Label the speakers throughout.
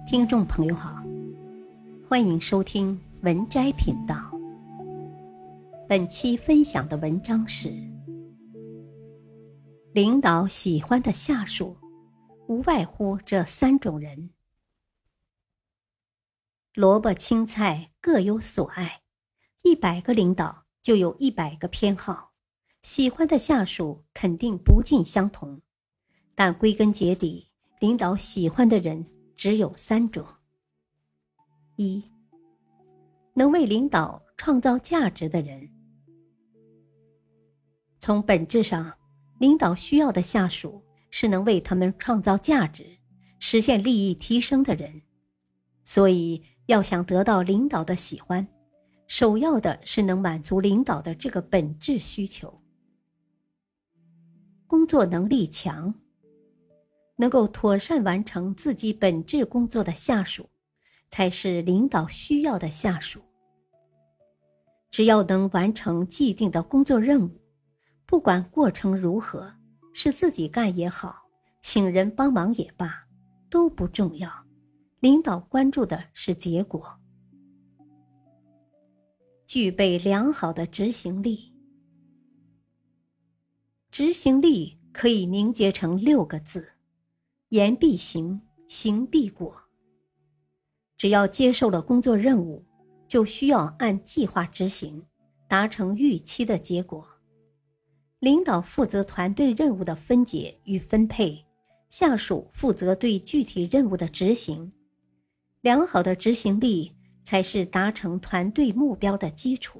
Speaker 1: 听众朋友好，欢迎收听文摘频道。本期分享的文章是：领导喜欢的下属无外乎这3种人。萝卜青菜各有所爱，100个领导就有100个偏好，喜欢的下属肯定不尽相同，但归根结底，领导喜欢的人只有3种。1. 能为领导创造价值的人。从本质上，领导需要的下属是能为他们创造价值、实现利益提升的人。所以，要想得到领导的喜欢，首要的是能满足领导的这个本质需求。工作能力强，能够妥善完成自己本质工作的下属，才是领导需要的下属。只要能完成既定的工作任务，不管过程如何，是自己干也好，请人帮忙也罢，都不重要，领导关注的是结果。具备良好的执行力。执行力可以凝结成6个字：言必行，行必果。只要接受了工作任务，就需要按计划执行，达成预期的结果。领导负责团队任务的分解与分配，下属负责对具体任务的执行。良好的执行力才是达成团队目标的基础。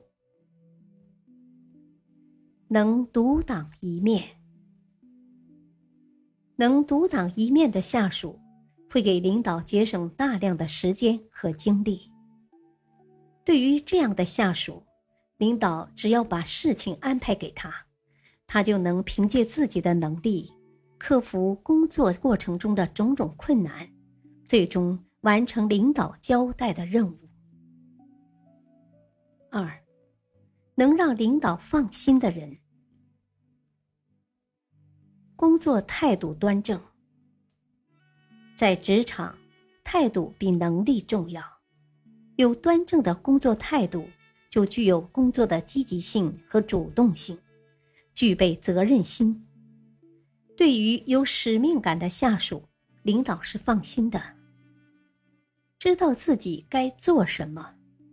Speaker 1: 能独当一面。能独当一面的下属会给领导节省大量的时间和精力。对于这样的下属，领导只要把事情安排给他，他就能凭借自己的能力，克服工作过程中的种种困难，最终完成领导交代的任务。2. 能让领导放心的人。工作态度端正。在职场，态度比能力重要。有端正的工作态度，就具有工作的积极性和主动性，具备责任心。对于有使命感的下属，领导是放心的，知道自己该做什么，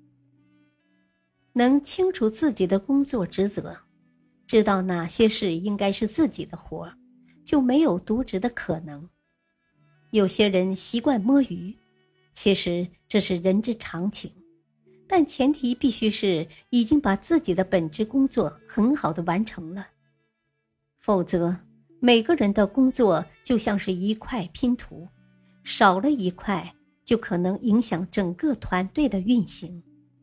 Speaker 1: 能清楚自己的工作职责，知道哪些事应该是自己的活，就没有渎职的可能。有些人习惯摸鱼，其实这是人之常情，但前提必须是已经把自己的本职工作很好的完成了。否则，每个人的工作就像是一块拼图，少了一块，就可能影响整个团队的运行。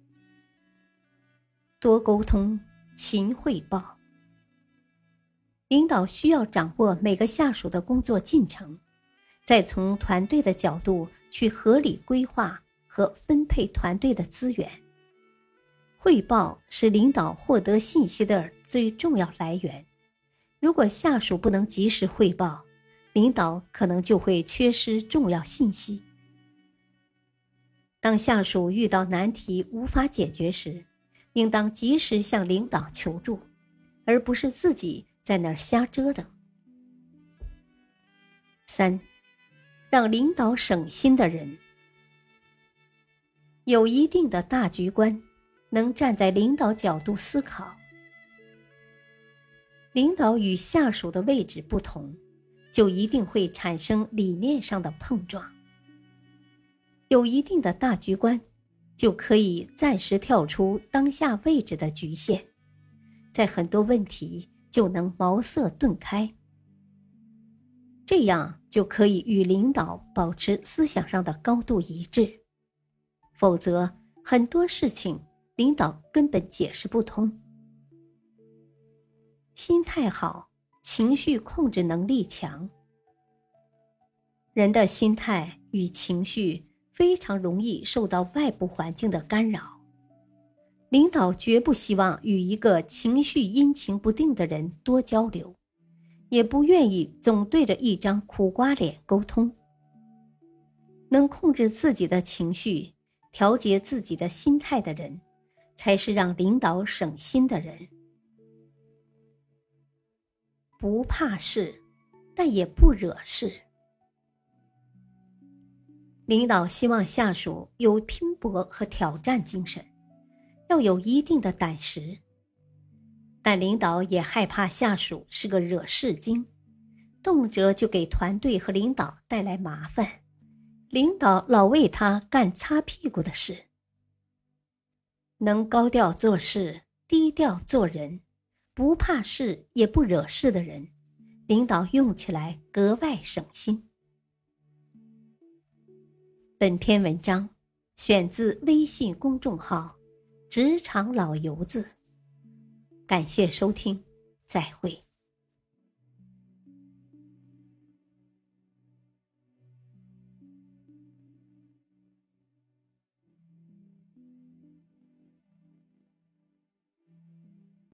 Speaker 1: 多沟通，勤汇报。领导需要掌握每个下属的工作进程，再从团队的角度去合理规划和分配团队的资源。汇报是领导获得信息的最重要来源。如果下属不能及时汇报，领导可能就会缺失重要信息。当下属遇到难题无法解决时，应当及时向领导求助，而不是自己在那儿瞎折腾。3. 让领导省心的人。有一定的大局观，能站在领导角度思考。领导与下属的位置不同，就一定会产生理念上的碰撞。有一定的大局观，就可以暂时跳出当下位置的局限，在很多问题就能茅塞顿开。这样就可以与领导保持思想上的高度一致，否则很多事情领导根本解释不通。心态好，情绪控制能力强。人的心态与情绪非常容易受到外部环境的干扰。领导绝不希望与一个情绪阴晴不定的人多交流，也不愿意总对着一张苦瓜脸沟通。 能控制自己的情绪，调节自己的心态的人，才是让领导省心的人。不怕事，但也不惹事。领导希望下属有拼搏和挑战精神，要有一定的胆识。但领导也害怕下属是个惹事精，动辄就给团队和领导带来麻烦，领导老为他干擦屁股的事。能高调做事，低调做人，不怕事也不惹事的人，领导用起来格外省心。本篇文章选自微信公众号“职场老油子”，感谢收听，再会。